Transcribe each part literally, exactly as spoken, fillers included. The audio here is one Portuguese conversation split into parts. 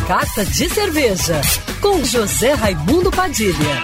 Carta de Cerveja, com José Raimundo Padilha.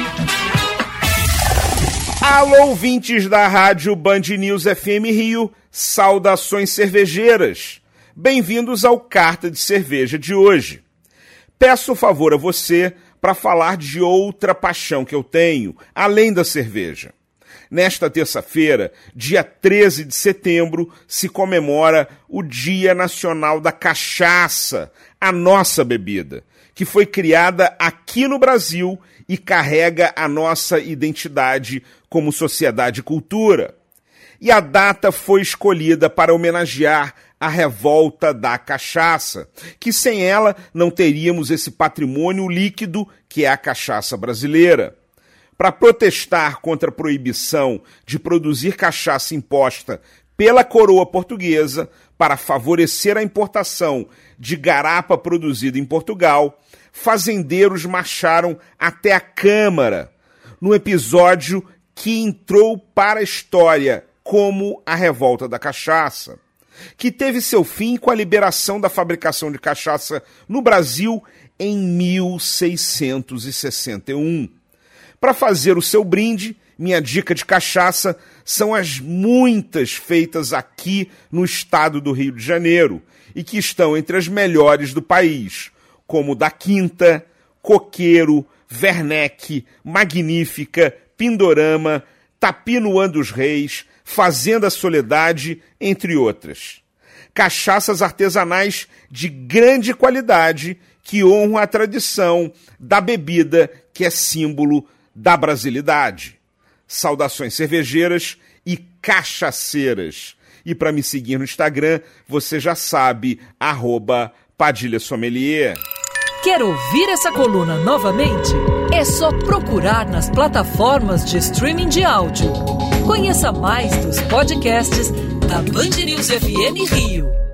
Alô, ouvintes da rádio Band News F M Rio, saudações cervejeiras. Bem-vindos ao Carta de Cerveja de hoje. Peço favor a você para falar de outra paixão que eu tenho, além da cerveja. Nesta terça-feira, dia treze de setembro, se comemora o Dia Nacional da Cachaça, a nossa bebida, que foi criada aqui no Brasil e carrega a nossa identidade como sociedade e cultura. E a data foi escolhida para homenagear a revolta da cachaça, que sem ela não teríamos esse patrimônio líquido que é a cachaça brasileira. Para protestar contra a proibição de produzir cachaça imposta pela coroa portuguesa, para favorecer a importação de garapa produzida em Portugal, fazendeiros marcharam até a Câmara, no episódio que entrou para a história como a Revolta da Cachaça, que teve seu fim com a liberação da fabricação de cachaça no Brasil em mil seiscentos e sessenta e um. Para fazer o seu brinde, minha dica de cachaça são as muitas feitas aqui no estado do Rio de Janeiro e que estão entre as melhores do país, como da Quinta, Coqueiro, Werneck, Magnífica, Pindorama, Tapinoã dos Reis, Fazenda Soledade, entre outras. Cachaças artesanais de grande qualidade que honram a tradição da bebida que é símbolo da brasilidade. Saudações cervejeiras e cachaceiras. E para me seguir no Instagram, você já sabe, arroba Padilha Sommelier. Quer ouvir essa coluna novamente? É só procurar nas plataformas de streaming de áudio. Conheça mais dos podcasts da Band News F M Rio.